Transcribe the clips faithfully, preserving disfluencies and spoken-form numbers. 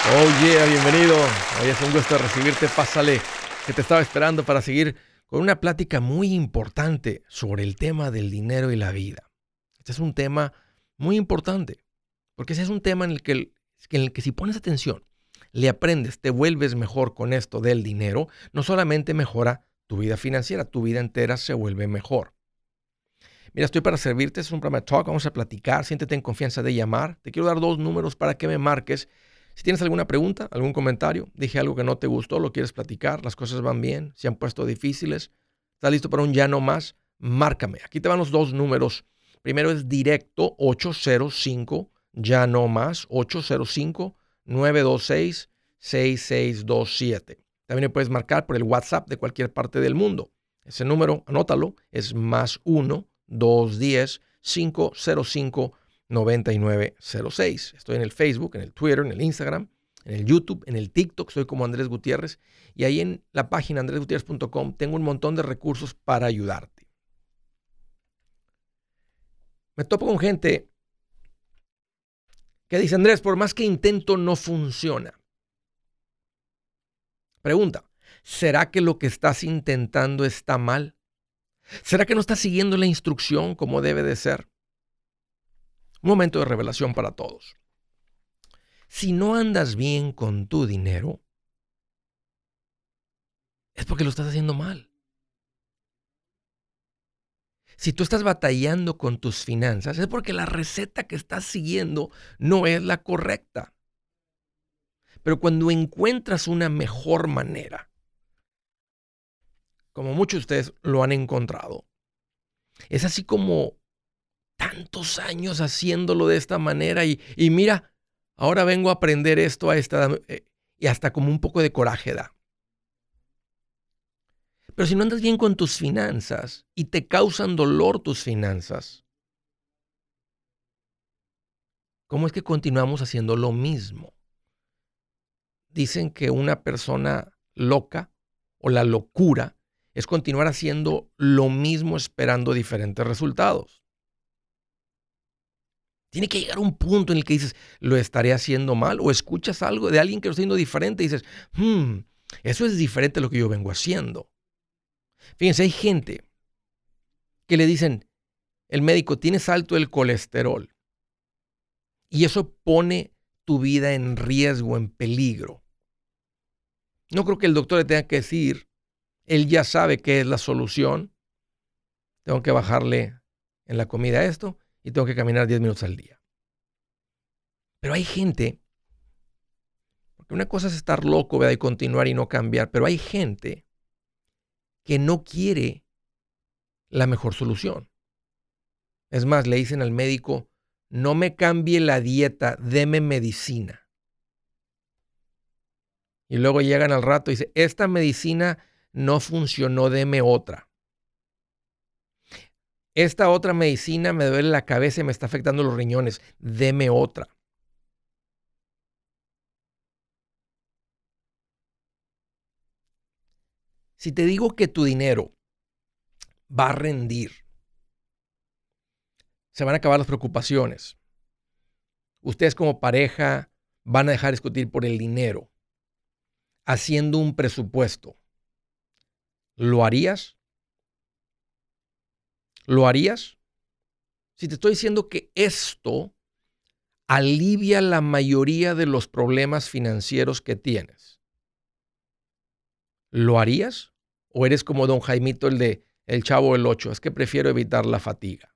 Oh yeah, bienvenido. Hoy es un gusto recibirte. Pásale, que te estaba esperando para seguir con una plática muy importante sobre el tema del dinero y la vida. Este es un tema muy importante, porque ese es un tema en el que, en el que si pones atención, le aprendes, te vuelves mejor con esto del dinero, no solamente mejora tu vida financiera, tu vida entera se vuelve mejor. Mira, estoy para servirte, es un programa de talk, vamos a platicar, siéntete en confianza de llamar. Te quiero dar dos números para que me marques. Si tienes alguna pregunta, algún comentario, dije algo que no te gustó, lo quieres platicar, las cosas van bien, se han puesto difíciles, estás listo para un ya no más, márcame. Aquí te van los dos números. Primero es directo ocho cero cinco, ya no más, ocho cero cinco, nueve dos seis, seis seis dos siete. También me puedes marcar por el WhatsApp de cualquier parte del mundo. Ese número, anótalo, es más uno dos uno cero, cinco cero cinco, nueve nueve cero seis. Estoy en el Facebook, en el Twitter, en el Instagram, en el YouTube, en el TikTok. Soy como Andrés Gutiérrez. Y ahí en la página andrés gutierrez punto com tengo un montón de recursos para ayudarte. Me topo con gente que dice, Andrés, por más que intento, no funciona. Pregunta, ¿será que lo que estás intentando está mal? ¿Será que no estás siguiendo la instrucción como debe de ser? Un momento de revelación para todos. Si no andas bien con tu dinero, es porque lo estás haciendo mal. Si tú estás batallando con tus finanzas, es porque la receta que estás siguiendo no es la correcta. Pero cuando encuentras una mejor manera, como muchos de ustedes lo han encontrado, es así como tantos años haciéndolo de esta manera y, y mira, ahora vengo a aprender esto a esta eh, y hasta como un poco de coraje da. Pero si no andas bien con tus finanzas y te causan dolor tus finanzas, ¿cómo es que continuamos haciendo lo mismo? Dicen que una persona loca o la locura es continuar haciendo lo mismo esperando diferentes resultados. Tiene que llegar un punto en el que dices, ¿lo estaré haciendo mal? O escuchas algo de alguien que lo está haciendo diferente y dices, hmm, eso es diferente a lo que yo vengo haciendo. Fíjense, hay gente que le dicen, el médico, tienes alto el colesterol. Y eso pone tu vida en riesgo, en peligro. No creo que el doctor le tenga que decir, él ya sabe qué es la solución. Tengo que bajarle en la comida esto y tengo que caminar diez minutos al día. Pero hay gente, porque una cosa es estar loco, ¿verdad? Y continuar y no cambiar, pero hay gente que no quiere la mejor solución. Es más, le dicen al médico, no me cambie la dieta, deme medicina. Y luego llegan al rato y dicen, esta medicina no funcionó, deme otra. Esta otra medicina me duele la cabeza y me está afectando los riñones, deme otra. Si te digo que tu dinero va a rendir, se van a acabar las preocupaciones. Ustedes como pareja van a dejar de discutir por el dinero, haciendo un presupuesto. ¿Lo harías? ¿Lo harías? Si te estoy diciendo que esto alivia la mayoría de los problemas financieros que tienes, ¿lo harías? ¿O eres como don Jaimito, el de El Chavo del Ocho? Es que prefiero evitar la fatiga.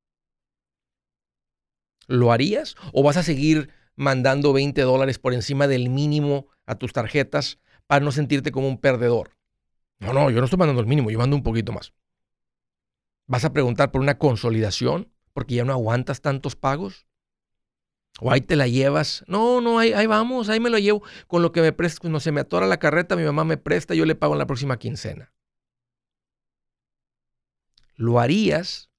¿Lo harías? ¿O vas a seguir mandando veinte dólares por encima del mínimo a tus tarjetas para no sentirte como un perdedor? No, no, yo no estoy mandando el mínimo, yo mando un poquito más. ¿Vas a preguntar por una consolidación porque ya no aguantas tantos pagos? ¿O ahí te la llevas? No, no, ahí, ahí vamos, ahí me lo llevo. Con lo que me presta, cuando se me atora la carreta, mi mamá me presta, yo le pago en la próxima quincena. ¿Lo harías?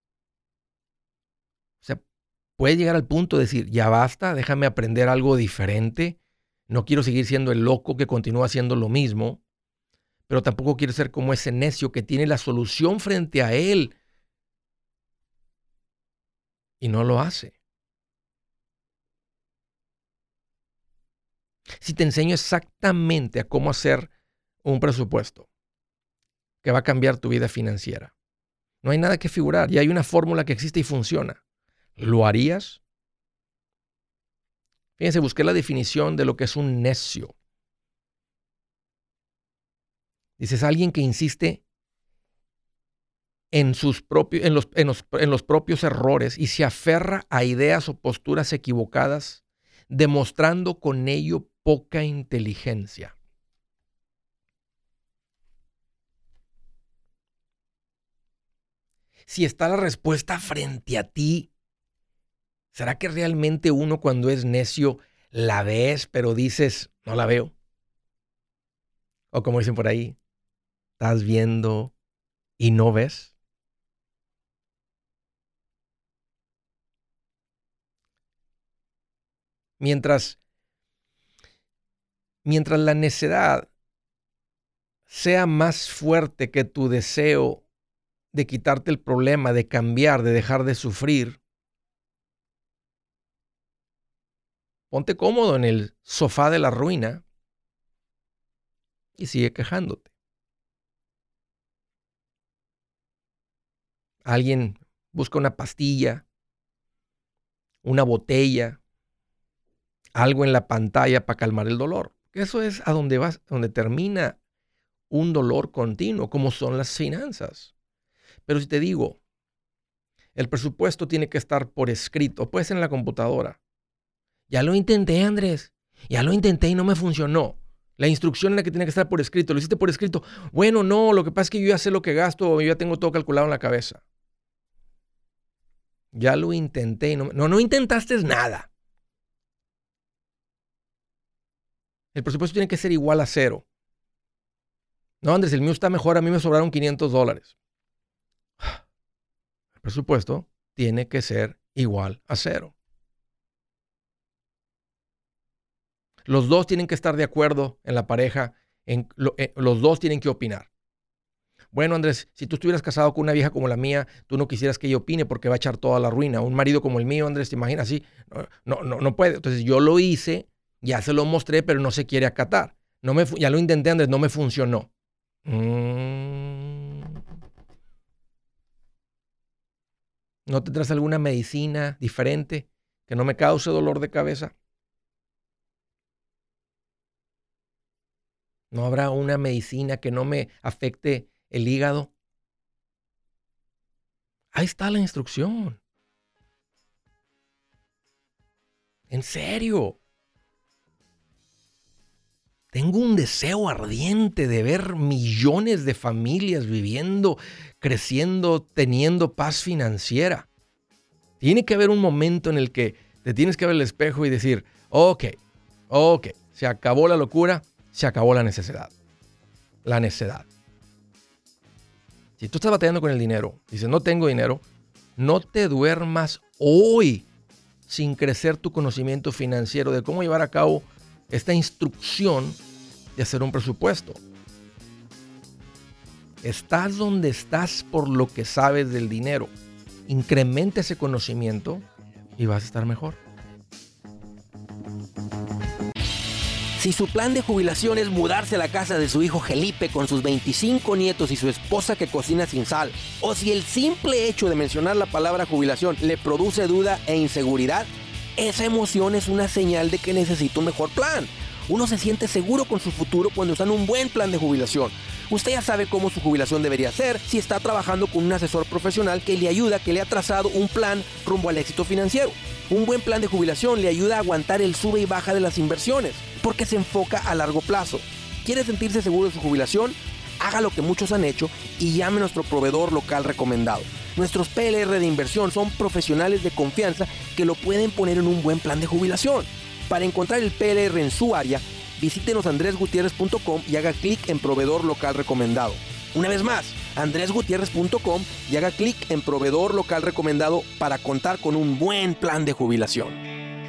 O sea, puedes llegar al punto de decir, ya basta, déjame aprender algo diferente. No quiero seguir siendo el loco que continúa haciendo lo mismo, pero tampoco quiero ser como ese necio que tiene la solución frente a él y no lo hace. si te enseño exactamente a cómo hacer un presupuesto que va a cambiar tu vida financiera? No hay nada que figurar, ya hay una fórmula que existe y funciona. ¿Lo harías? Fíjense, busqué la definición de lo que es un necio. Dices, alguien que insiste en, sus propios, en, los, en, los, en los propios errores y se aferra a ideas o posturas equivocadas, demostrando con ello poca inteligencia. Si está la respuesta frente a ti, ¿será que realmente uno cuando es necio la ves, pero dices, no la veo? O como dicen por ahí, estás viendo y no ves. Mientras, mientras la necedad sea más fuerte que tu deseo de quitarte el problema, de cambiar, de dejar de sufrir, ponte cómodo en el sofá de la ruina y sigue quejándote. Alguien busca una pastilla, una botella, algo en la pantalla para calmar el dolor. Eso es a donde vas, donde termina un dolor continuo, como son las finanzas. Pero si te digo, el presupuesto tiene que estar por escrito, puede ser en la computadora. Ya lo intenté, Andrés. Ya lo intenté y no me funcionó. La instrucción en la que tiene que estar por escrito. Lo hiciste por escrito. Bueno, no, lo que pasa es que yo ya sé lo que gasto, yo ya tengo todo calculado en la cabeza. Ya lo intenté y no... No, no intentaste nada. El presupuesto tiene que ser igual a cero. No, Andrés, el mío está mejor, a mí me sobraron quinientos dólares. El presupuesto tiene que ser igual a cero. Los dos tienen que estar de acuerdo en la pareja, en, lo, eh, los dos tienen que opinar. Bueno, Andrés, si tú estuvieras casado con una vieja como la mía, tú no quisieras que ella opine porque va a echar toda la ruina. Un marido como el mío, Andrés, ¿te imaginas así? No, no, no, no puede. Entonces yo lo hice, ya se lo mostré, pero no se quiere acatar. No me, ya lo intenté, Andrés, no me funcionó. Mm. ¿No tendrás alguna medicina diferente que no me cause dolor de cabeza? ¿No habrá una medicina que no me afecte el hígado? Ahí está la instrucción. En serio. Tengo un deseo ardiente de ver millones de familias viviendo, creciendo, teniendo paz financiera. Tiene que haber un momento en el que te tienes que ver al espejo y decir, ok, ok, se acabó la locura, se acabó la necesidad. La necedad. Si tú estás batallando con el dinero, dices, no tengo dinero, no te duermas hoy sin crecer tu conocimiento financiero de cómo llevar a cabo esta instrucción de hacer un presupuesto. Estás donde estás por lo que sabes del dinero. Incrementa ese conocimiento y vas a estar mejor. Si su plan de jubilación es mudarse a la casa de su hijo Felipe con sus veinticinco nietos y su esposa que cocina sin sal, o si el simple hecho de mencionar la palabra jubilación le produce duda e inseguridad, esa emoción es una señal de que necesita un mejor plan. Uno se siente seguro con su futuro cuando está en un buen plan de jubilación. Usted ya sabe cómo su jubilación debería ser si está trabajando con un asesor profesional que le ayuda, que le ha trazado un plan rumbo al éxito financiero. Un buen plan de jubilación le ayuda a aguantar el sube y baja de las inversiones, porque se enfoca a largo plazo. ¿Quiere sentirse seguro de su jubilación? Haga lo que muchos han hecho y llame a nuestro proveedor local recomendado. Nuestros P L R de inversión son profesionales de confianza que lo pueden poner en un buen plan de jubilación. Para encontrar el P L R en su área, visítenos andres gutierrez punto com y haga clic en proveedor local recomendado. Una vez más, andres gutierrez punto com y haga clic en proveedor local recomendado para contar con un buen plan de jubilación.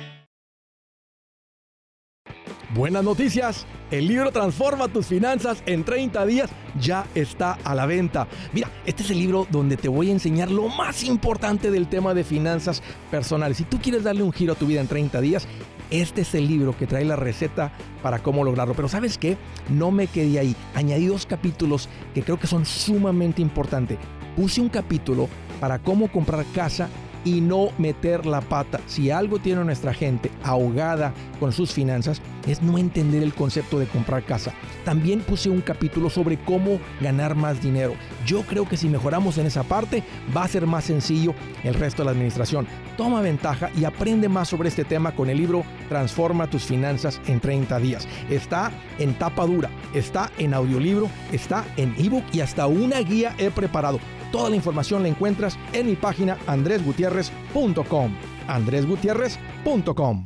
Buenas noticias, el libro Transforma tus finanzas en treinta días ya está a la venta. Mira, este es el libro donde te voy a enseñar lo más importante del tema de finanzas personales. Si tú quieres darle un giro a tu vida en treinta días, Este es el libro que trae la receta para cómo lograrlo. Pero ¿sabes qué? No me quedé ahí. Añadí dos capítulos que creo que son sumamente importantes. Puse un capítulo para cómo comprar casa y no meter la pata. Si algo tiene nuestra gente ahogada con sus finanzas, es no entender el concepto de comprar casa. También puse un capítulo sobre cómo ganar más dinero. Yo creo que si mejoramos en esa parte, va a ser más sencillo el resto de la administración. Toma ventaja y aprende más sobre este tema con el libro Transforma tus finanzas en treinta días. Está en tapa dura, está en audiolibro, está en ebook y hasta una guía he preparado. Toda la información la encuentras en mi página andres gutierrez punto com. andres gutierrez punto com.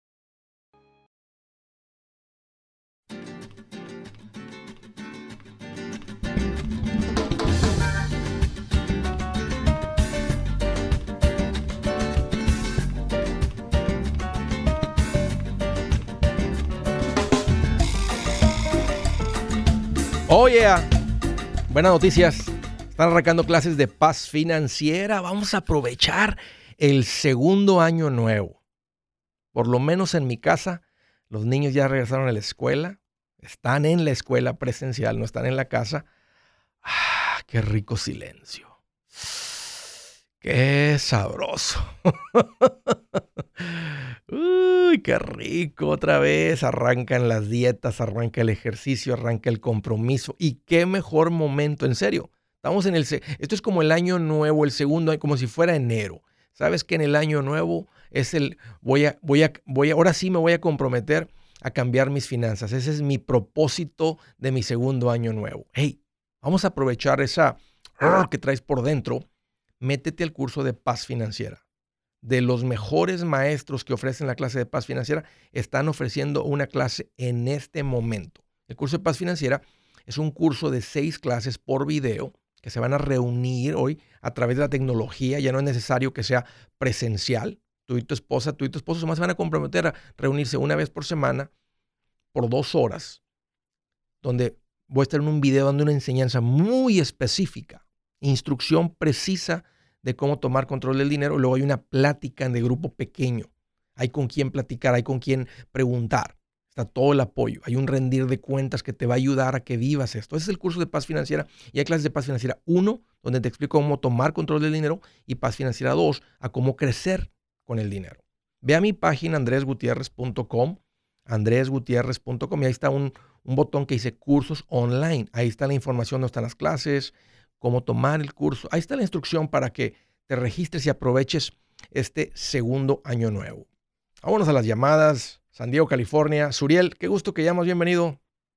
Oh yeah, buenas noticias. Están arrancando clases de paz financiera. Vamos a aprovechar el segundo año nuevo. Por lo menos en mi casa, los niños ya regresaron a la escuela. Están en la escuela presencial, no están en la casa. ¡Ah, qué rico silencio! ¡Qué sabroso! ¡Uy, qué rico! Otra vez arrancan las dietas, arranca el ejercicio, arranca el compromiso. Y qué mejor momento, en serio. Estamos en el... Esto es como el año nuevo, el segundo año, como si fuera enero. ¿Sabes que en el año nuevo es el... Voy a, voy a, voy a, ahora sí me voy a comprometer a cambiar mis finanzas. Ese es mi propósito de mi segundo año nuevo. Hey, vamos a aprovechar esa que traes por dentro. Métete al curso de paz financiera. De los mejores maestros que ofrecen la clase de paz financiera, están ofreciendo una clase en este momento. El curso de paz financiera es un curso de seis clases por video que se van a reunir hoy a través de la tecnología. Ya no es necesario que sea presencial. Tú y tu esposa, tú y tu esposo más se van a comprometer a reunirse una vez por semana por dos horas, donde voy a estar en un video dando una enseñanza muy específica, instrucción precisa de cómo tomar control del dinero. Luego hay una plática de grupo pequeño. Hay con quién platicar, hay con quién preguntar. Está todo el apoyo. Hay un rendir de cuentas que te va a ayudar a que vivas esto. Ese es el curso de paz financiera. Y hay clases de paz financiera uno, donde te explico cómo tomar control del dinero, y paz financiera dos, a cómo crecer con el dinero. Ve a mi página andres gutierrez punto com, andres gutierrez punto com, y ahí está un, un botón que dice cursos online. Ahí está la información, donde están las clases, cómo tomar el curso. Ahí está la instrucción para que te registres y aproveches este segundo año nuevo. Vámonos a las llamadas. San Diego, California. Suriel, qué gusto que llamas. Bienvenido.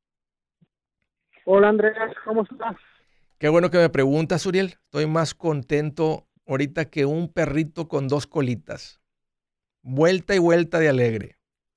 Hola, Andrés. ¿Cómo estás? Qué bueno que me preguntas, Suriel. Estoy más contento ahorita que un perrito con dos colitas. Vuelta y vuelta de alegre.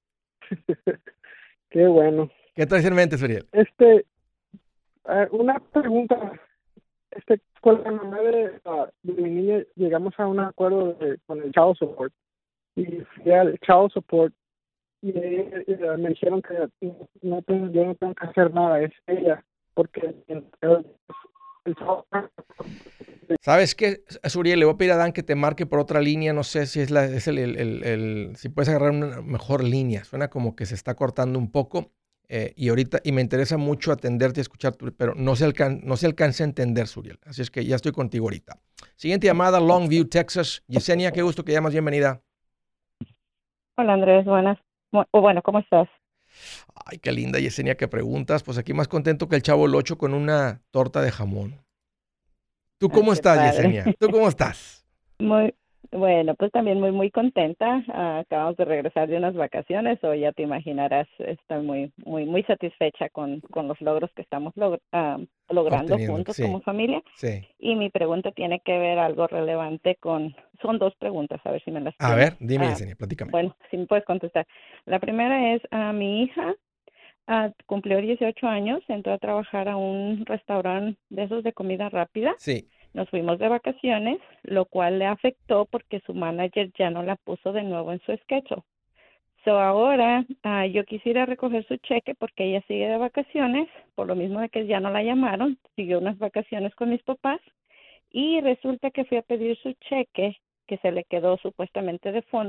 Qué bueno. ¿Qué traes en mente, Suriel? Este, uh, una pregunta. Este, con la mamá de, uh, de mi niña llegamos a un acuerdo de, con el child support. Y fui al child support y, y, y me dijeron que no tengo, yo no tengo que hacer nada, es ella, porque el, el, el ¿Sabes qué, Suriel? Le voy a pedir a Dan que te marque por otra línea. No sé si es, la, es el, el, el, el... Si puedes agarrar una mejor línea. Suena como que se está cortando un poco. Eh, y ahorita, y me interesa mucho atenderte y escuchar, pero no se, alcan, no se alcanza a entender, Suriel. Así es que ya estoy contigo ahorita. Siguiente llamada, Longview, Texas. Yesenia, qué gusto que llamas. Bienvenida. Hola, Andrés. Buenas. O bueno, ¿cómo estás? Ay, qué linda, Yesenia, que preguntas. Pues aquí más contento que el Chavo el Ocho con una torta de jamón. ¿Tú cómo Ay, estás, padre. Yesenia? ¿Tú cómo estás? Muy bueno, pues también muy, muy contenta. Uh, acabamos de regresar de unas vacaciones, o ya te imaginarás, estoy muy, muy, muy satisfecha con, con los logros que estamos log uh, logrando Obteniendo, juntos sí. como familia. Sí. Y mi pregunta tiene que ver algo relevante con, son dos preguntas, a ver si me las A tienes. ver, dime, Ah, Yesenia, platícame. Bueno, si me puedes contestar. La primera es, a mi hija ah, cumplió dieciocho años, entró a trabajar a un restaurante de esos de comida rápida. Sí. Nos fuimos de vacaciones, lo cual le afectó porque su manager ya no la puso de nuevo en su schedule. So ahora uh, yo quisiera recoger su cheque porque ella sigue de vacaciones, por lo mismo de que ya no la llamaron, siguió unas vacaciones con mis papás, y resulta que fui a pedir su cheque, que se le quedó supuestamente de fondo,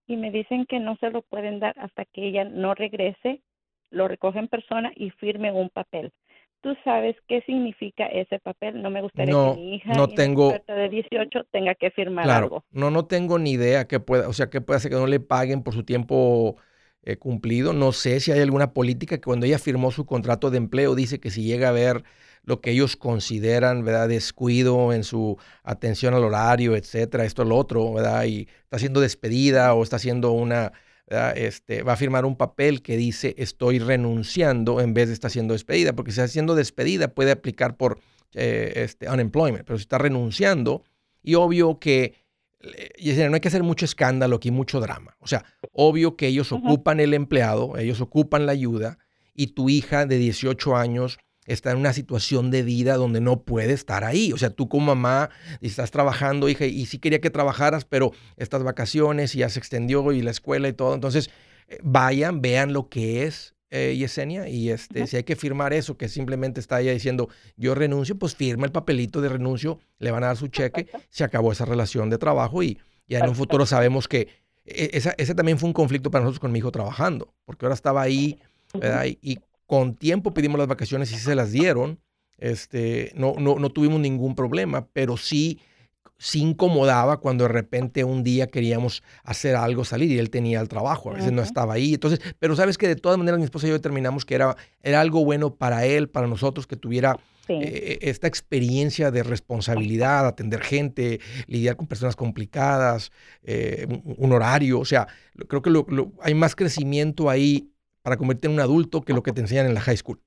y me dicen que no se lo pueden dar hasta que ella no regrese, lo recoge en persona y firme un papel. ¿Tú sabes qué significa ese papel? No me gustaría No, que mi hija no tengo, inexperta de dieciocho tenga que firmar claro, algo. no, no tengo ni idea que pueda, o sea, que puede hacer que no le paguen por su tiempo eh, cumplido. No sé si hay alguna política que cuando ella firmó su contrato de empleo dice que si llega a ver lo que ellos consideran, ¿verdad? Descuido en su atención al horario, etcétera, esto, lo otro, ¿verdad? Y está siendo despedida o está haciendo una, ¿verdad? Este, va a firmar un papel que dice estoy renunciando en vez de está siendo despedida, porque si está siendo despedida puede aplicar por eh, este, unemployment, pero si está renunciando, y obvio que, eh, Yesenia, no hay que hacer mucho escándalo aquí, mucho drama. O sea, obvio que ellos Ujú. ocupan el empleado, ellos ocupan la ayuda, y tu hija de dieciocho años está en una situación de vida donde no puede estar ahí. O sea, tú como mamá estás trabajando, hija, y sí quería que trabajaras, pero estas vacaciones y ya se extendió y la escuela y todo. Entonces, eh, vayan, vean lo que es, eh, Yesenia, y este, Ujú. si hay que firmar eso, que simplemente está ella diciendo, yo renuncio, pues firma el papelito de renuncio, le van a dar su cheque, Perfecto. se acabó esa relación de trabajo y ya en un Perfecto. futuro sabemos que eh, esa, ese también fue un conflicto para nosotros con mi hijo trabajando, porque ahora estaba ahí, ¿verdad? Y, y con tiempo pedimos las vacaciones y sí se las dieron. Este, no, no, no tuvimos ningún problema, pero sí, sí incomodaba cuando de repente un día queríamos hacer algo, salir y él tenía el trabajo, a veces no Ujú. estaba ahí. Entonces, pero sabes que de todas maneras mi esposa y yo determinamos que era, era algo bueno para él, para nosotros, que tuviera Sí. eh, esta experiencia de responsabilidad, atender gente, lidiar con personas complicadas, eh, un, un horario. O sea, lo- creo que lo- lo- hay más crecimiento ahí para convertirte en un adulto que lo que te enseñan en la high school.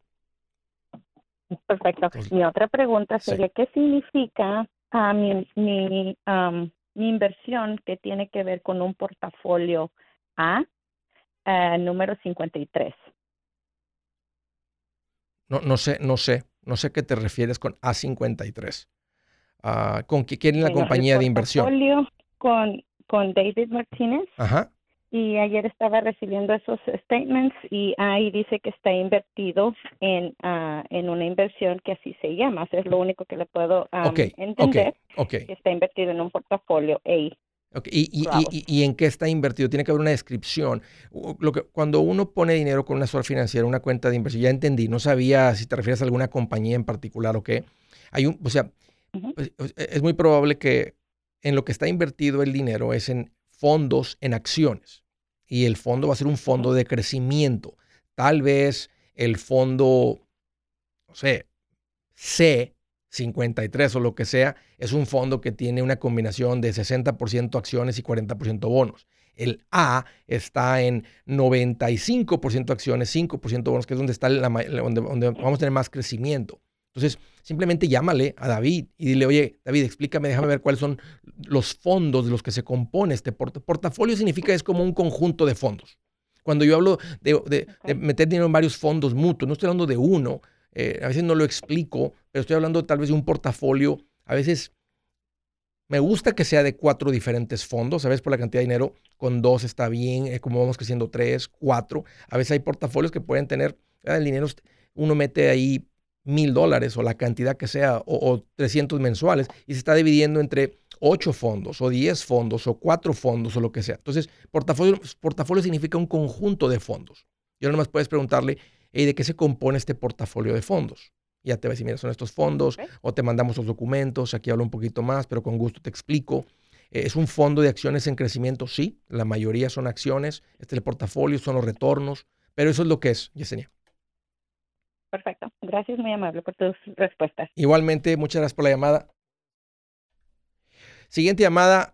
Perfecto. Entonces, Mi otra pregunta sí. sería, ¿qué significa ah, mi, mi, am, mi inversión que tiene que ver con un portafolio A, ah, número cincuenta y tres? No, no sé, no sé, no sé a qué te refieres con A cincuenta y tres. Ah, ¿con qui- quién es la Bueno, el compañía de inversión? portafolio con, con David Martínez, Ajá. y ayer estaba recibiendo esos statements y ahí dice que está invertido en, ah, en una inversión que así se llama. Eso es lo único que le puedo am, Ok, ok, entender, ok. que está invertido en un portafolio A. Ok, ¿Y, y, Bravo. y, y- y en qué está invertido? Tiene que haber una descripción. U- Lo que, cuando uno pone dinero con una asesor financiero, una cuenta de inversión, ya entendí, no sabía si te refieres a alguna compañía en particular o qué. Hay un, o sea, Ujú. pues, o- es muy probable que en lo que está invertido el dinero es en fondos, en acciones. Y el fondo va a ser un fondo de crecimiento. Tal vez el fondo, no sé, C cincuenta y tres o lo que sea, es un fondo que tiene una combinación de sesenta por ciento acciones y cuarenta por ciento bonos. El A está en noventa y cinco por ciento acciones, cinco por ciento bonos, que es donde, está la, ma- donde, donde vamos a tener más crecimiento. Entonces, simplemente llámale a David y dile, oye, David, explícame, déjame ver cuáles son los fondos de los que se compone este port portafolio. Significa es como un conjunto de fondos. Cuando yo hablo de, de, de Ok. meter dinero en varios fondos mutuos, no estoy hablando de uno, eh, a veces no lo explico, pero estoy hablando tal vez de un portafolio. A veces me gusta que sea de cuatro diferentes fondos, a veces por la cantidad de dinero, con dos está bien, eh, como vamos creciendo tres, cuatro. A veces hay portafolios que pueden tener, ah, el dinero, uno mete ahí mil dólares o la cantidad que sea, o, o trescientos mensuales, y se está dividiendo entre ocho fondos, o diez fondos, o cuatro fondos, o lo que sea. Entonces, portafolio, portafolio significa un conjunto de fondos. Y ahora nomás puedes preguntarle, hey, ¿de qué se compone este portafolio de fondos? Y ya te va a decir, mira, son estos fondos, Ok. o te mandamos los documentos, aquí hablo un poquito más, pero con gusto te explico. Eh, es un fondo de acciones en crecimiento, sí, la mayoría son acciones, este es el portafolio, son los retornos, pero eso es lo que es, Yesenia. Perfecto. Gracias, muy amable por tus respuestas. Igualmente, muchas gracias por la llamada. Siguiente llamada.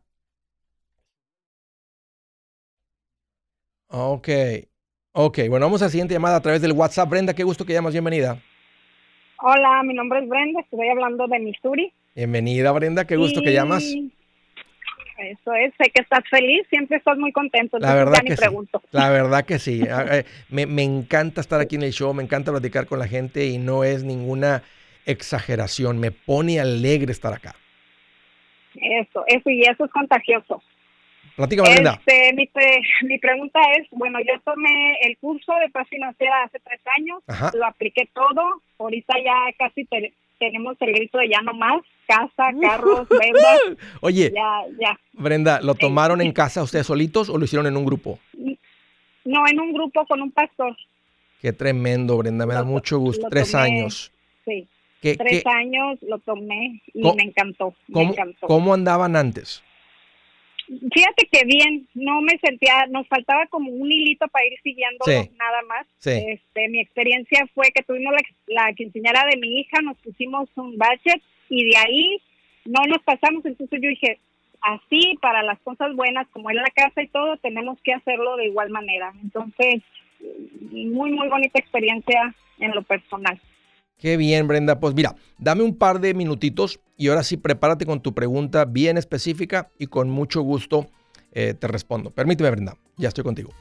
Ok, ok, bueno, vamos a la siguiente llamada a través del WhatsApp. Brenda, qué gusto que llamas, bienvenida. Hola, mi nombre es Brenda, estoy hablando de Missouri. Bienvenida, Brenda, qué gusto que llamas. Y eso es, sé que estás feliz, siempre estás muy contento, La entonces verdad ya ni que sí, pregunto. la verdad que sí. Ah, eh, Me, me encanta estar aquí en el show, me encanta platicar con la gente y no es ninguna exageración, me pone alegre estar acá. Eso, eso, y eso es contagioso. Platícame, Brenda. Este, mi, pre- mi pregunta es, bueno, yo tomé el curso de paz financiera hace tres años, Ajá. lo apliqué todo, ahorita ya casi ter- tenemos el grito de ya no más, casa, carros, deudas. Oye, ya, ya. Brenda, ¿lo tomaron en casa ustedes solitos o lo hicieron en un grupo? No, en un grupo con un pastor. Qué tremendo, Brenda, me Lo da mucho gusto. lo Tres tomé, años. Sí, ¿Qué, tres qué- años lo tomé y ¿Cómo- me encantó, me cómo, encantó. cómo andaban antes? Fíjate que bien, no me sentía, nos faltaba como un hilito para ir siguiéndolo, Sí. nada más. Sí. Este, mi experiencia fue que tuvimos la, la quinceañera de mi hija, nos pusimos un budget y de ahí no nos pasamos. Entonces yo dije, así para las cosas buenas, como es la casa y todo, tenemos que hacerlo de igual manera. Entonces, muy, muy bonita experiencia en lo personal. Qué bien, Brenda. Pues mira, dame un par de minutitos y ahora sí prepárate con tu pregunta bien específica y con mucho gusto eh, te respondo. Permíteme, Brenda, ya estoy contigo.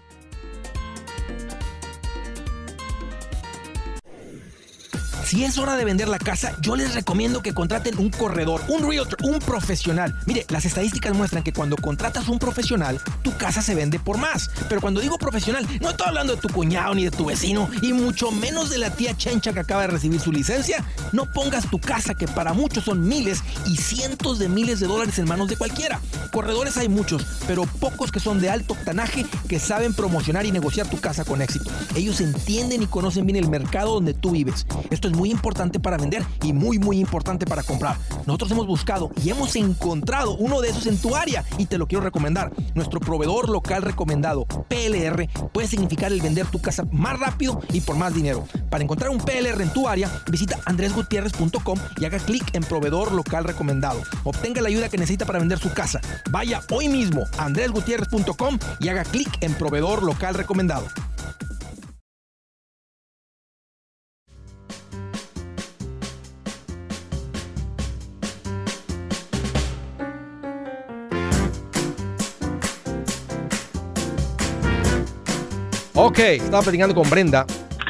Si es hora de vender la casa, yo les recomiendo que contraten un corredor, un realtor, un profesional. Mire, las estadísticas muestran que cuando contratas un profesional, tu casa se vende por más. Pero cuando digo profesional, no estoy hablando de tu cuñado ni de tu vecino, y mucho menos de la tía Chencha que acaba de recibir su licencia. No pongas tu casa, que para muchos son miles y cientos de miles de dólares, en manos de cualquiera. Corredores hay muchos, pero pocos que son de alto octanaje, que saben promocionar y negociar tu casa con éxito. Ellos entienden y conocen bien el mercado donde tú vives. Esto es muy importante para vender y muy muy importante para comprar. Nosotros hemos buscado y hemos encontrado uno de esos en tu área y te lo quiero recomendar. Nuestro proveedor local recomendado, P L R, puede significar el vender tu casa más rápido y por más dinero. Para encontrar un P L R en tu área, visita andres gutierrez punto com y haga clic en proveedor local recomendado. Obtenga la ayuda que necesita para vender su casa. Vaya hoy mismo a andres gutierrez punto com y haga clic en proveedor local recomendado. Ok, estaba platicando con Brenda.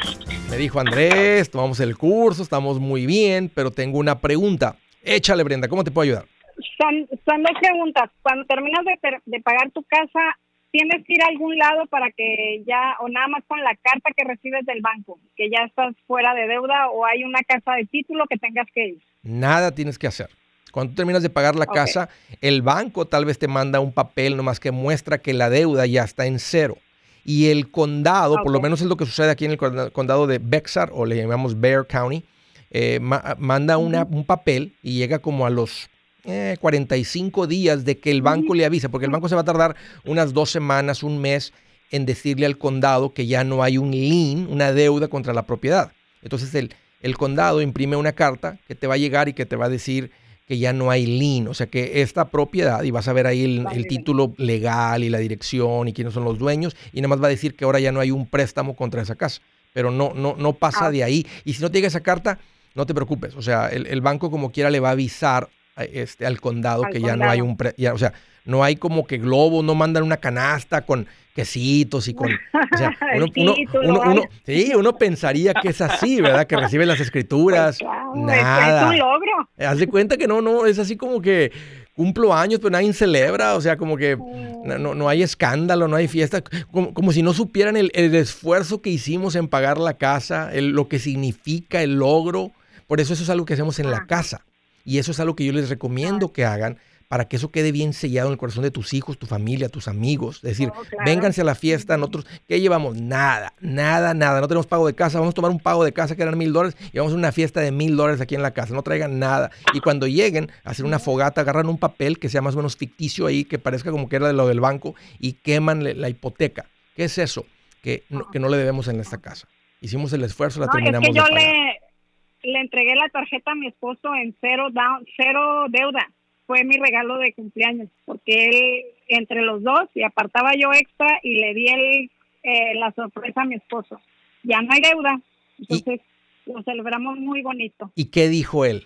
Me dijo, Andrés, tomamos el curso, estamos muy bien, pero tengo una pregunta. Échale, Brenda, ¿cómo te puedo ayudar? Son, son dos preguntas. Cuando terminas de, per- de pagar tu casa, ¿tienes que ir a algún lado para que ya, o nada más con la carta que recibes del banco, que ya estás fuera de deuda, o hay una casa de título que tengas que ir? Nada tienes que hacer. Cuando tú terminas de pagar la Ok. casa, el banco tal vez te manda un papel nomás que muestra que la deuda ya está en cero. Y el condado, por lo Ok. menos es lo que sucede aquí en el conda- condado de Bexar, o le llamamos Bexar County, eh, ma- manda una- un papel y llega como a los eh, cuarenta y cinco días de que el banco le avisa, porque el banco se va a tardar unas dos semanas, un mes, en decirle al condado que ya no hay un lien, una deuda contra la propiedad. Entonces el, el condado imprime una carta que te va a llegar y que te va a decir que ya no hay lien, o sea que esta propiedad, y vas a ver ahí el, Vale, el vale. título legal y la dirección y quiénes son los dueños, y nada más va a decir que ahora ya no hay un préstamo contra esa casa, pero no, no, no pasa Ah. de ahí. Y si no te llega esa carta, no te preocupes, o sea, el, el banco como quiera le va a avisar a este, al condado Al que ya no hay condado. un, pre- ya, o sea, no hay como que globos, no mandan una canasta con quesitos y con, o sea, El uno, uno, título, uno, ay. uno- sí, uno pensaría que es así, ¿verdad? Que recibe las escrituras, Pues claro, es- nada. Es un logro. Haz de cuenta que no, no, es así como que cumplo años, pero nadie celebra, o sea, como que Mm. no, no, no hay escándalo, no hay fiesta, como, como si no supieran el, el esfuerzo que hicimos en pagar la casa, el- lo que significa el logro. Por eso eso es algo que hacemos en la Ajá. casa. Y eso es algo que yo les recomiendo que hagan para que eso quede bien sellado en el corazón de tus hijos, tu familia, tus amigos. Es decir, Oh, claro. vénganse a la fiesta, nosotros, ¿qué llevamos? Nada, nada, nada. No tenemos pago de casa, vamos a tomar un pago de casa que eran mil dólares y vamos a una fiesta de mil dólares aquí en la casa. No traigan nada. Y cuando lleguen a hacer una fogata, agarran un papel que sea más o menos ficticio ahí, que parezca como que era de lo del banco, y queman le- la hipoteca. ¿Qué es eso? Que no, que no le debemos en esta casa. Hicimos el esfuerzo, la No, es terminamos que yo de pagar. le, le entregué la tarjeta a mi esposo en cero down, cero deuda. Fue mi regalo de cumpleaños, porque él, entre los dos, y apartaba yo extra y le di el, eh, la sorpresa a mi esposo. Ya no hay deuda, entonces lo celebramos muy bonito. ¿Y qué dijo él?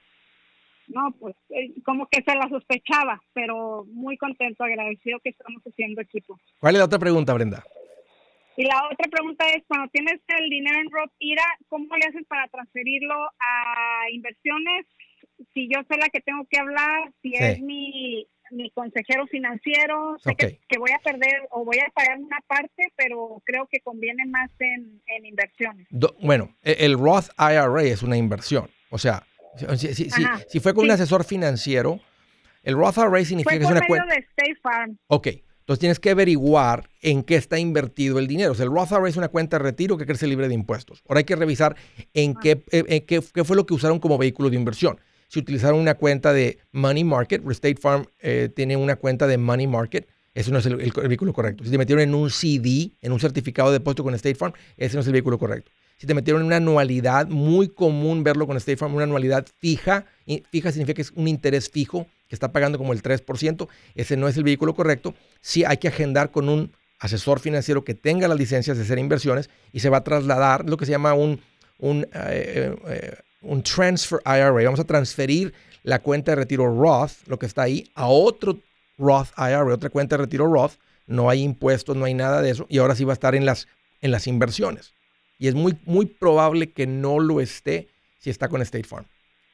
No, pues eh, como que se la sospechaba, pero muy contento, agradecido que estamos haciendo equipo. ¿Cuál es la otra pregunta, Brenda? Y la otra pregunta es, cuando tienes el dinero en Roth I R A, ¿cómo le haces para transferirlo a inversiones? Si yo soy la que tengo que hablar, si Sí. es mi, mi consejero financiero, sé Ok. que, que voy a perder o voy a pagar una parte, pero creo que conviene más en, en inversiones. Do- bueno, e- el Roth I R A es una inversión. O sea, Si, si, si, si fue con sí. un asesor financiero, el Roth I R A significa Fue que es por una medio cuenta. de State Farm. Ok, entonces tienes que averiguar en qué está invertido el dinero. O sea, el Roth I R A es una cuenta de retiro que crece libre de impuestos. Ahora hay que revisar en Ah. qué, en qué, qué fue lo que usaron como vehículo de inversión. Si utilizaron una cuenta de Money Market, State Farm eh, tiene una cuenta de Money Market, ese no es el, el, el vehículo correcto. Si te metieron en un C D, en un certificado de depósito con State Farm, ese no es el vehículo correcto. Si te metieron en una anualidad, muy común verlo con State Farm, una anualidad fija, y fija significa que es un interés fijo, que está pagando como el tres por ciento, ese no es el vehículo correcto. Sí hay que agendar con un asesor financiero que tenga las licencias de hacer inversiones y se va a trasladar lo que se llama un, un, eh, eh, un transfer I R A. Vamos a transferir la cuenta de retiro Roth, lo que está ahí, a otro Roth I R A, otra cuenta de retiro Roth. No hay impuestos, no hay nada de eso, y ahora sí va a estar en las, en las inversiones. Y es muy, muy probable que no lo esté si está con State Farm.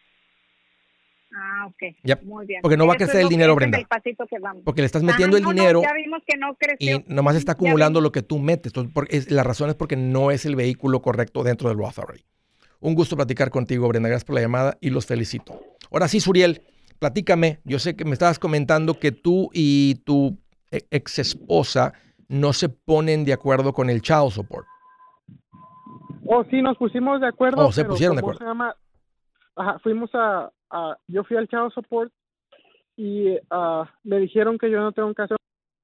Ah, ok. Yep. Muy bien. Porque no va a Eso crecer es el lo que- dinero, ese es Brenda. el pasito que vamos. Porque le estás metiendo Ah, el no, no, dinero ya vimos que no creció. y nomás está Ya acumulando vimos. lo que tú metes. Entonces, por- es- la razón es porque no es el vehículo correcto dentro del Roth I R A. Un gusto platicar contigo, Brenda. Gracias por la llamada y los felicito. Ahora sí, Suriel, platícame. Yo sé que me estabas comentando que tú y tu e- ex esposa no se ponen de acuerdo con el child support. Oh, sí, nos pusimos de acuerdo. Oh, se pero pusieron de ¿cómo acuerdo. se llama? Ajá, fuimos a, a, yo fui al Child Support y ah, me dijeron que yo no tengo que hacer.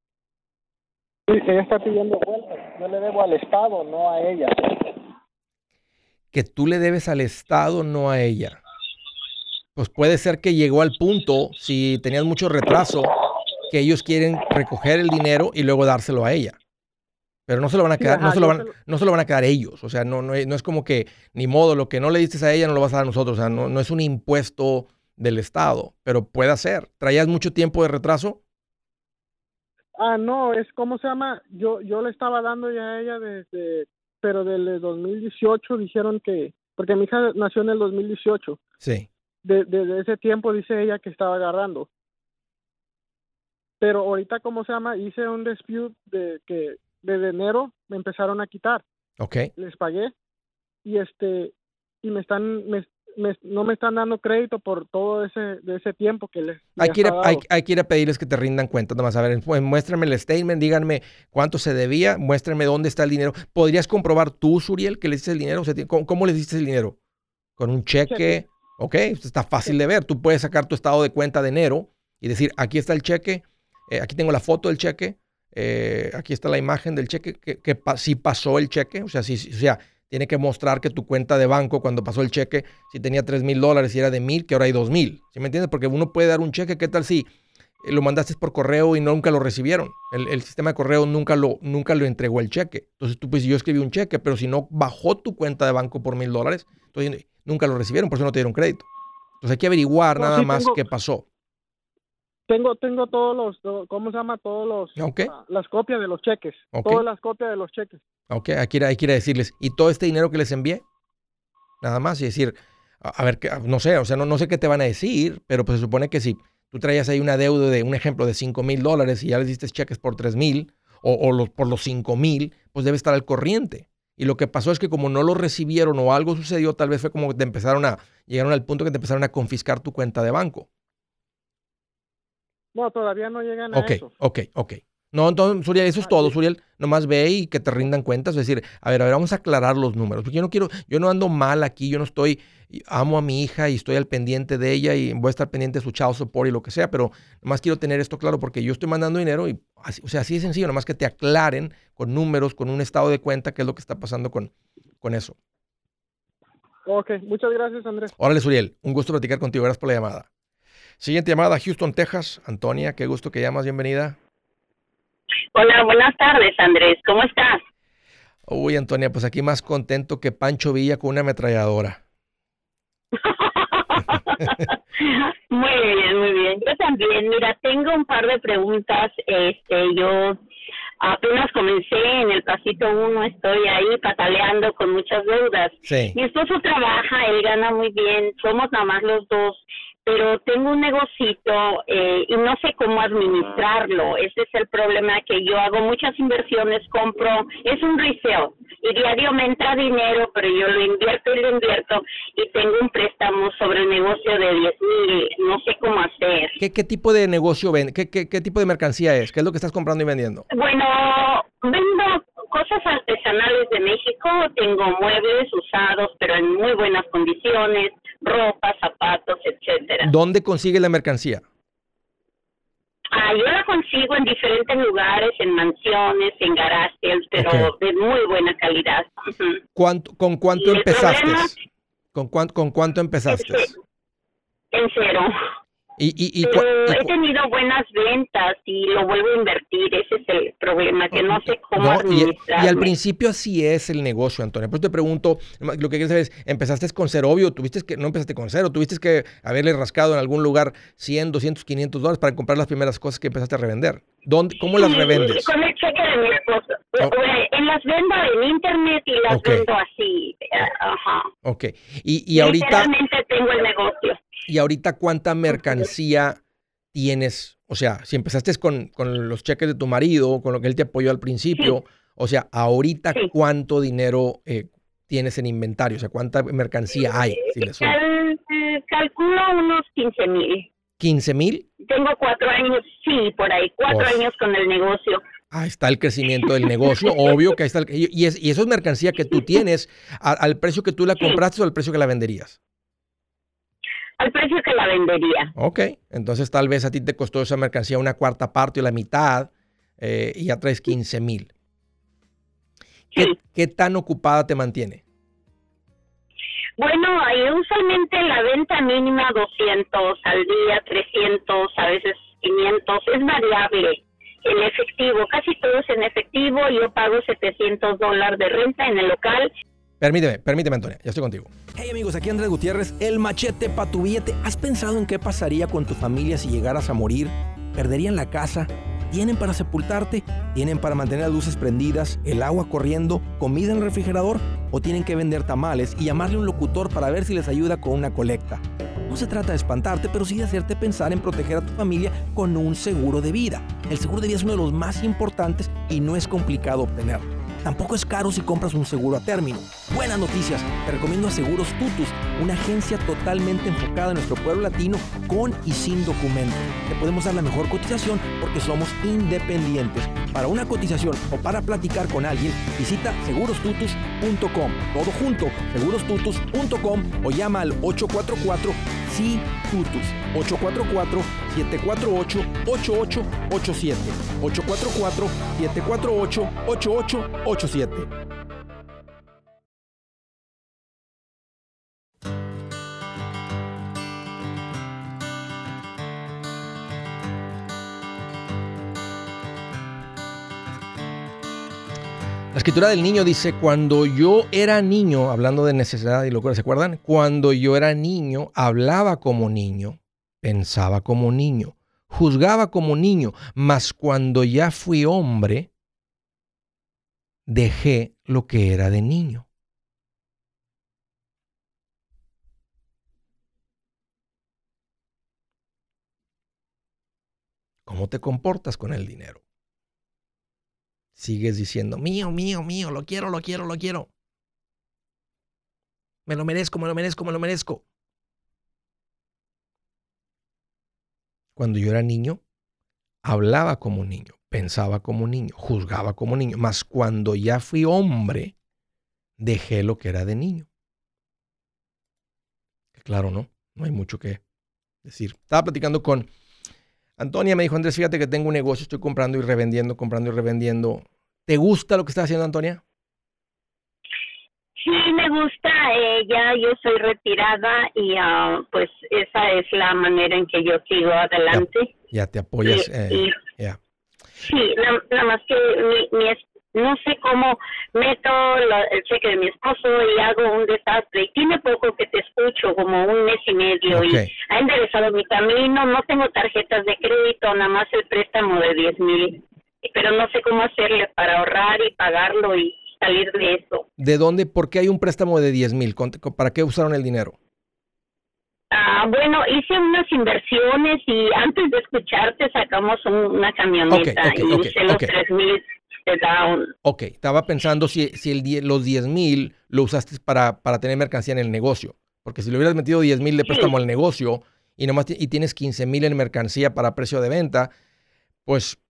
Ella está pidiendo vueltas. Yo le debo al Estado, no a ella. Que tú le debes al Estado, no a ella. Pues puede ser que llegó al punto, si tenías mucho retraso, que ellos quieren recoger el dinero y luego dárselo a ella. Pero no se lo van a Sí, quedar, ajá, no se lo yo van, se lo- no se lo van a quedar ellos. O sea, no, no, es, no es como que ni modo, lo que no le diste a ella no lo vas a dar a nosotros. O sea, no, no es un impuesto del Estado, pero puede ser. ¿Traías mucho tiempo de retraso? Ah, no, es ¿cómo se llama? Yo yo le estaba dando ya a ella desde, pero desde dos mil dieciocho dijeron que, porque mi hija nació en el dos mil dieciocho. Sí. De- desde ese tiempo dice ella que estaba agarrando. Pero ahorita, ¿cómo se llama? Hice un dispute de que desde enero me empezaron a quitar. Ok. Les pagué y este y me están me, me- no me están dando crédito por todo ese de ese tiempo que les Hay les que, ir a, ha hay, dado. hay que ir a pedirles que te rindan cuentas. Nada más, a ver, pues, muéstrenme el statement, díganme cuánto se debía, muéstrenme dónde está el dinero. ¿Podrías comprobar tú, Suriel, que le diste el dinero? O sea, ¿cómo, cómo le diste el dinero? ¿Con un cheque? Cheque. Ok, esto está fácil de ver. Tú puedes sacar tu estado de cuenta de enero y decir, aquí está el cheque, eh, aquí tengo la foto del cheque, eh, aquí está la imagen del cheque, que, que pa- sí pasó el cheque. O sea, sí, sí, o sea, tiene que mostrar que tu cuenta de banco cuando pasó el cheque, si tenía tres mil dólares y era de mil, que ahora hay dos mil. ¿Sí me entiendes? Porque uno puede dar un cheque, ¿qué tal si eh, lo mandaste por correo y nunca lo recibieron? El, el sistema de correo nunca lo, nunca lo entregó el cheque. Entonces tú, pues yo escribí un cheque, pero si no bajó tu cuenta de banco por mil dólares, entonces nunca lo recibieron, por eso no te dieron crédito. Entonces hay que averiguar No, nada sí más tengo- qué pasó. Tengo tengo todos los to- ¿cómo se llama? Todos los Ok. ah, las copias de los cheques. Ok. Todas las copias de los cheques. Ok, hay que, ir, hay que ir a decirles, ¿y todo este dinero que les envié? Nada más, y decir, a, a ver, que- no sé, o sea, no, no sé qué te van a decir, pero pues se supone que si tú traías ahí una deuda de, un ejemplo, de cinco mil dólares y ya les diste cheques por tres mil o, o los, por los cinco mil, pues debe estar al corriente. Y lo que pasó es que como no lo recibieron o algo sucedió, tal vez fue como que te empezaron a, llegaron al punto que te empezaron a confiscar tu cuenta de banco. No, todavía no llegan a Ok, eso. ok, ok. No, entonces, Suriel, eso es Ah, todo, sí. Suriel. Nomás ve y que te rindan cuentas. Es decir, a ver, a ver, vamos a aclarar los números. Porque yo no quiero, yo no ando mal aquí, yo no estoy, amo a mi hija y estoy al pendiente de ella y voy a estar pendiente de su child support y lo que sea, pero nomás quiero tener esto claro porque yo estoy mandando dinero y, así, o sea, así de sencillo, nomás que te aclaren con números, con un estado de cuenta qué es lo que está pasando con, con eso. Ok, muchas gracias, Andrés. Órale, Suriel, un gusto platicar contigo. Gracias por la llamada. Siguiente llamada, Houston, Texas. Antonia, qué gusto que llamas, bienvenida. Hola, buenas tardes, Andrés. ¿Cómo estás? Uy, Antonia, pues aquí más contento que Pancho Villa con una ametralladora. Muy bien, muy bien. Yo también. Mira, tengo un par de preguntas. Este, yo apenas comencé en el pasito uno, estoy ahí pataleando con muchas deudas. Sí. Mi esposo trabaja, él gana muy bien, somos nada más los dos, pero tengo un negocito eh, y no sé cómo administrarlo. Ese es el problema, que yo hago muchas inversiones, compro, es un resale, y diario me entra dinero, pero yo lo invierto y lo invierto y tengo un préstamo sobre el negocio de diez mil, no sé cómo hacer. ¿Qué, qué tipo de negocio ven? ¿Qué, qué, ¿Qué tipo de mercancía es? ¿Qué es lo que estás comprando y vendiendo? Bueno, vendo cosas artesanales de México, tengo muebles usados, pero en muy buenas condiciones, ropa, zapatos, etcétera. ¿Dónde consigue la mercancía? Ah, yo la consigo en diferentes lugares, en mansiones, en garajes, pero okay, de muy buena calidad. Uh-huh. ¿Cuánto, ¿Con cuánto empezaste? ¿Con, cuán, ¿Con cuánto empezaste? En cero. Y, y, y, pero y, he tenido buenas ventas y lo vuelvo a invertir. Ese es el problema, que no sé cómo no, administrarme. Y, y al principio así es el negocio, Antonia. Por eso te pregunto, lo que quieres saber es, ¿empezaste con cero? Obvio, tuviste que, no empezaste con cero, tuviste que haberle rascado en algún lugar cien, doscientos, quinientos dólares para comprar las primeras cosas que empezaste a revender. ¿Dónde, ¿Cómo las revendes? Con el cheque de mi esposo. Oh. En las vendo en internet y las okay. vendo así. Ajá. Ok. Y, y ahorita... Literalmente tengo el negocio. ¿Y ahorita cuánta mercancía tienes? O sea, si empezaste con, con los cheques de tu marido, con lo que él te apoyó al principio, sí. o sea, ahorita sí. ¿cuánto dinero eh, tienes en inventario? O sea, ¿cuánta mercancía hay? Si le suena? Cal, eh, calculo unos quince mil. ¿quince mil? Tengo cuatro años, sí, por ahí, cuatro oh. años con el negocio. Ahí está el crecimiento del negocio, obvio que ahí está. El, y, es, y eso es mercancía que tú tienes a, al precio que tú la compraste sí. o al precio que la venderías. Al precio que la vendería. Ok, entonces tal vez a ti te costó esa mercancía una cuarta parte o la mitad eh, y ya traes quince mil. ¿Qué, sí. ¿Qué tan ocupada te mantiene? Bueno, usualmente la venta mínima doscientos al día, trescientos, a veces quinientos, es variable. En efectivo, casi todo es en efectivo, yo pago setecientos dólares de renta en el local. Permíteme, permíteme, Antonia, ya estoy contigo. Hey amigos, aquí Andrés Gutiérrez, el machete para tu billete. ¿Has pensado en qué pasaría con tu familia si llegaras a morir? ¿Perderían la casa? ¿Tienen para sepultarte? ¿Tienen para mantener las luces prendidas, el agua corriendo, comida en el refrigerador? ¿O tienen que vender tamales y llamarle a un locutor para ver si les ayuda con una colecta? No se trata de espantarte, pero sí de hacerte pensar en proteger a tu familia con un seguro de vida. El seguro de vida es uno de los más importantes y no es complicado obtenerlo. Tampoco es caro si compras un seguro a término. Buenas noticias, te recomiendo a Seguros Tutus, una agencia totalmente enfocada en nuestro pueblo latino con y sin documentos. Te podemos dar la mejor cotización porque somos independientes. Para una cotización o para platicar con alguien, visita seguros tutus punto com. Todo junto, seguros tutus punto com o llama al ocho cuatro cuatro S I Tutus. ocho cuatro cuatro, siete cuatro ocho, ocho ocho ocho siete. ocho cuatro cuatro, siete cuatro ocho, ocho ocho ocho siete. La escritura del niño dice, cuando yo era niño, hablando de necesidad y locura, ¿se acuerdan? Cuando yo era niño, hablaba como niño, pensaba como niño, juzgaba como niño, mas cuando ya fui hombre, dejé lo que era de niño. ¿Cómo te comportas con el dinero? Sigues diciendo, mío, mío, mío, lo quiero, lo quiero, lo quiero. Me lo merezco, me lo merezco, me lo merezco. Cuando yo era niño, hablaba como niño, pensaba como niño, juzgaba como niño. Mas cuando ya fui hombre, dejé lo que era de niño. Claro, ¿no? No hay mucho que decir. Estaba platicando con Antonia, me dijo, Andrés, fíjate que tengo un negocio, estoy comprando y revendiendo, comprando y revendiendo. ¿Te gusta lo que estás haciendo, Antonia? Sí, me gusta. Eh, ya yo soy retirada y uh, pues esa es la manera en que yo sigo adelante. Ya, ya te apoyas. Y, eh, y, yeah. Sí, nada na más que mi, mi, no sé cómo meto la, el cheque de mi esposo y hago un desastre. Y tiene poco que te escucho, como un mes y medio, okay. Y ha enderezado mi camino. No tengo tarjetas de crédito, nada más el préstamo de diez mil. Pero no sé cómo hacerle para ahorrar y pagarlo y salir de eso. ¿De dónde? ¿Por qué hay un préstamo de diez mil? ¿Para qué usaron el dinero? Ah, bueno, hice unas inversiones y antes de escucharte sacamos un, una camioneta, okay, okay, y okay, usé los okay. tres mil te da un... Ok, estaba pensando si, si el die- los diez mil lo usaste para, para tener mercancía en el negocio. Porque si le hubieras metido diez mil de préstamo al negocio y nomás ti- y tienes quince mil en mercancía para precio de venta, pues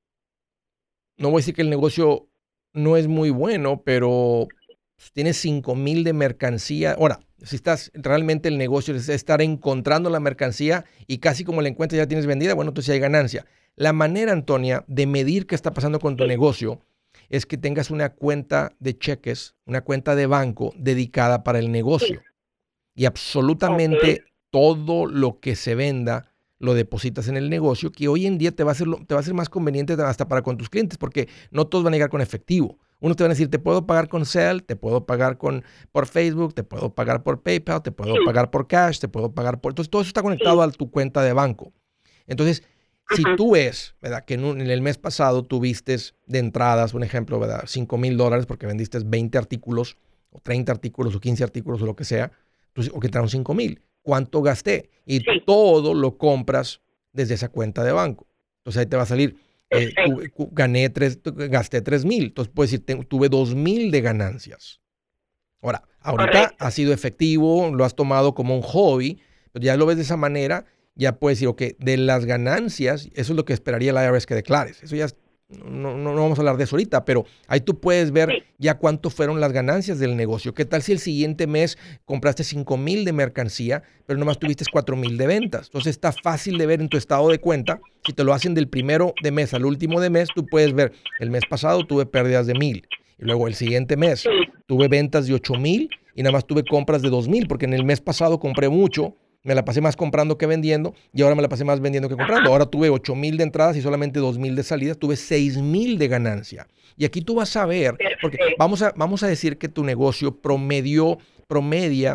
no voy a decir que el negocio no es muy bueno, pero pues, tienes cinco mil de mercancía. Ahora, si estás realmente el negocio es estar encontrando la mercancía y casi como la encuentras ya la tienes vendida, bueno, entonces hay ganancia. La manera, Antonia, de medir qué está pasando con tu negocio es que tengas una cuenta de cheques, una cuenta de banco dedicada para el negocio. Y absolutamente todo lo que se venda lo depositas en el negocio, que hoy en día te va a ser, lo- te va a ser más conveniente hasta para con tus clientes, porque no todos van a llegar con efectivo. Unos te van a decir, te puedo pagar con Zelle, te puedo pagar con, por Facebook, te puedo pagar por PayPal, te puedo pagar por cash, te puedo pagar por... Entonces todo eso está conectado a tu cuenta de banco. Entonces, si tú ves, ¿verdad? Que en, un- en el mes pasado tuviste de entradas, un ejemplo, ¿verdad? cinco mil dólares porque vendiste veinte artículos, o treinta artículos, o quince artículos, o lo que sea, entonces, o que entraron cinco mil. ¿Cuánto gasté? Y Sí. todo lo compras desde esa cuenta de banco. Entonces ahí te va a salir, eh, tuve- cu- gané tres, tu- gasté tres mil. Entonces puedes decir, te- tuve dos mil de ganancias. Ahora, ahorita Correcto. ha sido efectivo, lo has tomado como un hobby, pero ya lo ves de esa manera, ya puedes decir, ok, de las ganancias, eso es lo que esperaría el I R S que declares. Eso ya es- no, no, no vamos a hablar de eso ahorita, pero ahí tú puedes ver Sí. ya cuánto fueron las ganancias del negocio. ¿Qué tal si el siguiente mes compraste cinco mil de mercancía, pero nomás tuviste cuatro mil de ventas? Entonces está fácil de ver en tu estado de cuenta. Si te lo hacen del primero de mes al último de mes, tú puedes ver, el mes pasado tuve pérdidas de mil. Y luego el siguiente mes Sí. tuve ventas de ocho mil y nada más tuve compras de dos mil, porque en el mes pasado compré mucho, me la pasé más comprando que vendiendo y ahora me la pasé más vendiendo que comprando. Ahora tuve ocho mil de entradas y solamente dos mil de salidas, tuve seis mil de ganancia. Y aquí tú vas a ver, porque Perfecto. vamos a, vamos a decir que tu negocio promedio, promedia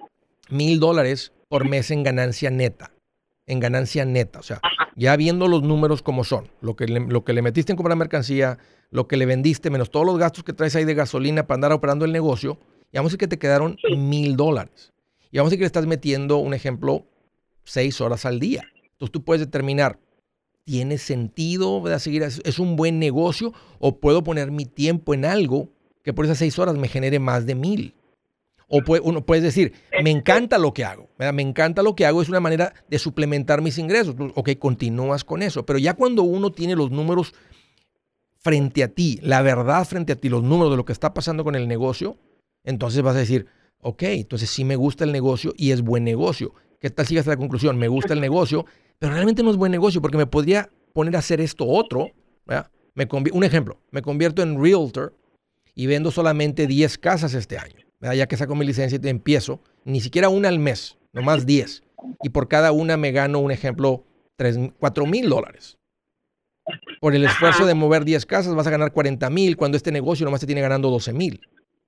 mil dólares por mes en ganancia neta. En ganancia neta. O sea, ya viendo los números como son, lo que le, lo que le metiste en comprar mercancía, lo que le vendiste, menos todos los gastos que traes ahí de gasolina para andar operando el negocio, y vamos a decir que te quedaron mil dólares. Y vamos a decir que le estás metiendo, un ejemplo, seis horas al día. Entonces tú puedes determinar, ¿tiene sentido, ¿verdad? Seguir? ¿Es, es un buen negocio? ¿O puedo poner mi tiempo en algo que por esas seis horas me genere más de mil? O puede, uno puedes decir, me encanta lo que hago, ¿verdad? Me encanta lo que hago, es una manera de suplementar mis ingresos. Ok, continúas con eso. Pero ya cuando uno tiene los números frente a ti, la verdad frente a ti, los números de lo que está pasando con el negocio, entonces vas a decir, ok, entonces sí me gusta el negocio y es buen negocio. ¿Qué tal si llegas a la conclusión? Me gusta el negocio, pero realmente no es buen negocio porque me podría poner a hacer esto otro, ¿verdad? Me convi- un ejemplo, me convierto en realtor y vendo solamente diez casas este año, ¿verdad? Ya que saco mi licencia y empiezo, ni siquiera una al mes, nomás diez. Y por cada una me gano, un ejemplo, cuatro mil dólares. Por el esfuerzo de mover diez casas vas a ganar cuarenta mil cuando este negocio nomás te tiene ganando doce mil.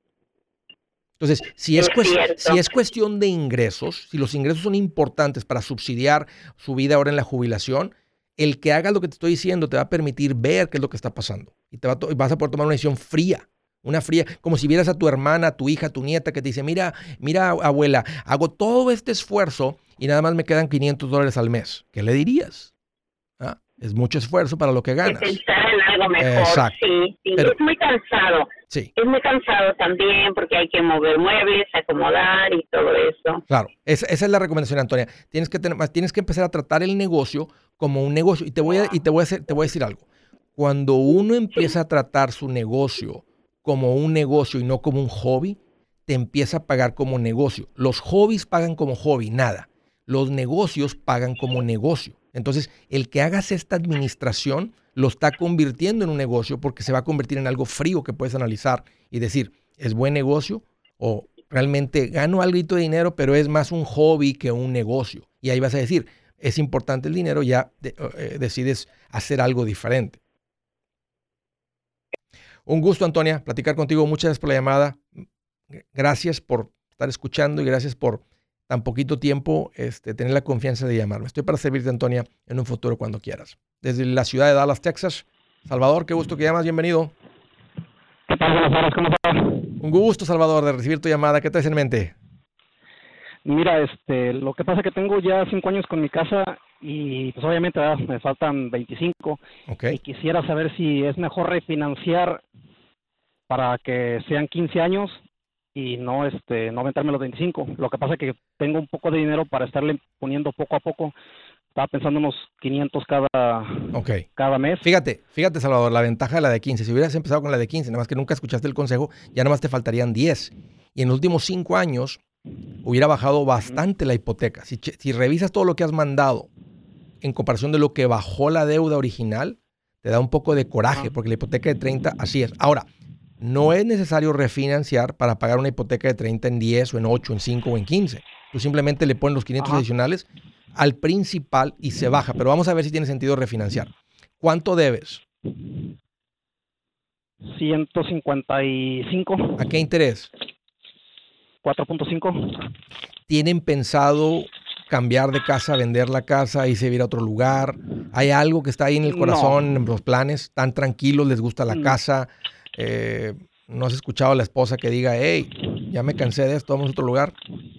Entonces, si es, Es cues- cierto. si es cuestión de ingresos, si los ingresos son importantes para subsidiar su vida ahora en la jubilación, el que hagas lo que te estoy diciendo te va a permitir ver qué es lo que está pasando. Y te va a to- vas a poder tomar una decisión fría. Una fría, como si vieras a tu hermana, a tu hija, a tu nieta que te dice, mira, mira, abuela, hago todo este esfuerzo y nada más me quedan quinientos dólares al mes. ¿Qué le dirías? ¿Ah? Es mucho esfuerzo para lo que De ganas. pensar en algo mejor, Exacto. sí, sí. Pero- es muy cansado. Sí. Es muy cansado también porque hay que mover muebles, acomodar y todo eso. Claro, esa, esa es la recomendación, Antonia. Tienes que tener, tienes que empezar a tratar el negocio como un negocio. Y te voy a, y te voy a hacer, te voy a decir algo. Cuando uno empieza a tratar su negocio como un negocio y no como un hobby, te empieza a pagar como negocio. Los hobbies pagan como hobby, nada. Los negocios pagan como negocio. Entonces, el que hagas esta administración lo está convirtiendo en un negocio porque se va a convertir en algo frío que puedes analizar y decir, ¿es buen negocio? O realmente gano algo de dinero, pero es más un hobby que un negocio. Y ahí vas a decir, es importante el dinero, ya de- eh, decides hacer algo diferente. Un gusto, Antonia, platicar contigo. Muchas gracias por la llamada. Gracias por estar escuchando y gracias por tan poquito tiempo este, tener la confianza de llamarme. Estoy para servirte, Antonia, en un futuro cuando quieras. Desde la ciudad de Dallas, Texas. Salvador, qué gusto que llamas. Bienvenido. ¿Qué tal? Buenas tardes, ¿cómo estás? Un gusto, Salvador, de recibir tu llamada. ¿Qué traes en mente? Mira, este, lo que pasa es que tengo ya cinco años con mi casa y pues obviamente ¿verdad? Me faltan veinticinco Ok. y quisiera saber si es mejor refinanciar para que sean quince años y no este no aventarme los veinticinco. Lo que pasa es que tengo un poco de dinero para estarle poniendo poco a poco. Estaba pensando unos quinientos cada, okay. cada mes. Fíjate, fíjate, Salvador, la ventaja de la de quince. Si hubieras empezado con la de quince, nada más que nunca escuchaste el consejo, ya nada más te faltarían diez. Y en los últimos cinco años hubiera bajado bastante la hipoteca. Si, si revisas todo lo que has mandado en comparación de lo que bajó la deuda original, te da un poco de coraje, porque la hipoteca de treinta, así es. Ahora, no es necesario refinanciar para pagar una hipoteca de treinta en diez o en ocho, en cinco o en quince. Tú simplemente le pones los quinientos Ajá. adicionales al principal y se baja. Pero vamos a ver si tiene sentido refinanciar. ¿Cuánto debes? ciento cincuenta y cinco. ¿A qué interés? cuatro punto cinco. ¿Tienen pensado cambiar de casa, vender la casa y se ir a otro lugar? ¿Hay algo que está ahí en el corazón, no. en los planes? ¿Están tranquilos? ¿Les gusta la no. casa? Eh, ¿No has escuchado a la esposa que diga, hey, ya me cansé de esto, vamos a otro lugar?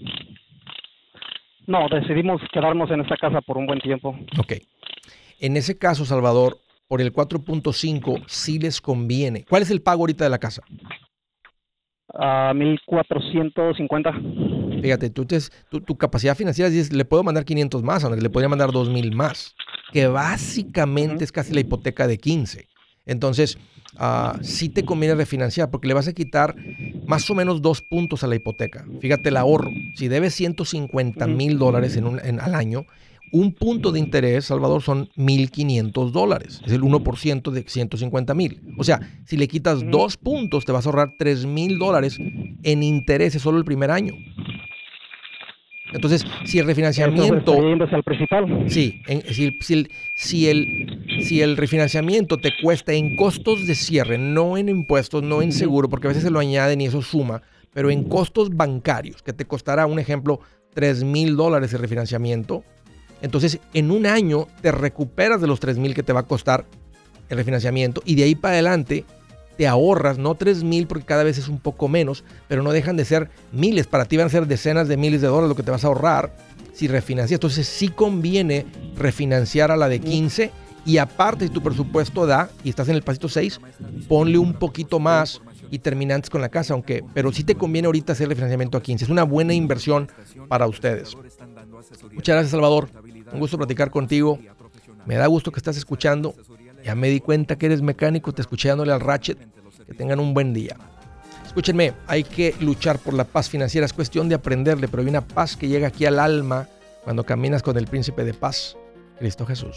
No, decidimos quedarnos en esta casa por un buen tiempo. Ok. En ese caso, Salvador, por el cuatro punto cinco sí les conviene. ¿Cuál es el pago ahorita de la casa? A uh, mil cuatrocientos cincuenta. Fíjate, tú te, tu, tu capacidad financiera dices, le puedo mandar quinientos más, o le podría mandar dos mil más, que básicamente uh-huh. es casi la hipoteca de quince. Entonces, uh, sí te conviene refinanciar porque le vas a quitar más o menos dos puntos a la hipoteca. Fíjate el ahorro. Si debes ciento cincuenta mil dólares en un, en, al año, un punto de interés, Salvador, son mil quinientos dólares. Es el uno por ciento de ciento cincuenta mil. O sea, si le quitas dos puntos, te vas a ahorrar tres mil dólares en intereses solo el primer año. Entonces, si el refinanciamiento... Entonces, al principal. Sí, en, si, si, el, si, el, si el refinanciamiento te cuesta en costos de cierre, no en impuestos, no en seguro, porque a veces se lo añaden y eso suma, pero en costos bancarios, que te costará, un ejemplo, tres mil dólares el refinanciamiento, entonces en un año te recuperas de los tres mil que te va a costar el refinanciamiento y de ahí para adelante te ahorras, no tres mil porque cada vez es un poco menos, pero no dejan de ser miles. Para ti van a ser decenas de miles de dólares lo que te vas a ahorrar si refinancias. Entonces sí conviene refinanciar a la de quince y aparte si tu presupuesto da y estás en el pasito seis, ponle un poquito más y terminantes con la casa, aunque, pero sí te conviene ahorita hacer refinanciamiento a quince. Es una buena inversión para ustedes. Muchas gracias, Salvador. Un gusto platicar contigo. Me da gusto que estás escuchando. Ya me di cuenta que eres mecánico, te escuché dándole al ratchet. Que tengan un buen día. Escúchenme, hay que luchar por la paz financiera. Es cuestión de aprenderle, pero hay una paz que llega aquí al alma cuando caminas con el príncipe de paz, Cristo Jesús.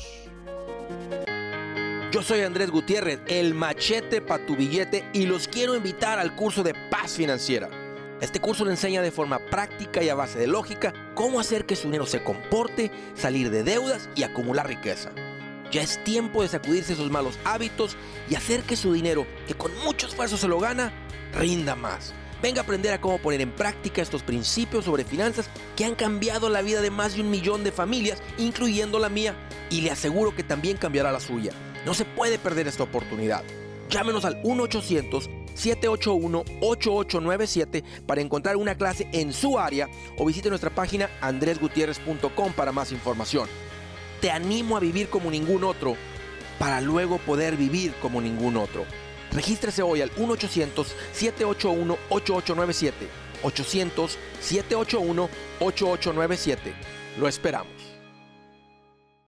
Yo soy Andrés Gutiérrez, el machete para tu billete, y los quiero invitar al curso de paz financiera. Este curso le enseña de forma práctica y a base de lógica cómo hacer que su dinero se comporte, salir de deudas y acumular riqueza. Ya es tiempo de sacudirse esos malos hábitos y hacer que su dinero, que con mucho esfuerzo se lo gana, rinda más. Venga a aprender a cómo poner en práctica estos principios sobre finanzas que han cambiado la vida de más de un millón de familias, incluyendo la mía, y le aseguro que también cambiará la suya. No se puede perder esta oportunidad. Llámenos al uno ochocientos, siete ocho uno, ocho ocho nueve siete para encontrar una clase en su área o visite nuestra página andres gutierrez punto com para más información. Te animo a vivir como ningún otro para luego poder vivir como ningún otro. Regístrese hoy al uno ochocientos, siete ocho uno, ocho ocho nueve siete. ochocientos, siete ocho uno, ocho ocho nueve siete. Lo esperamos.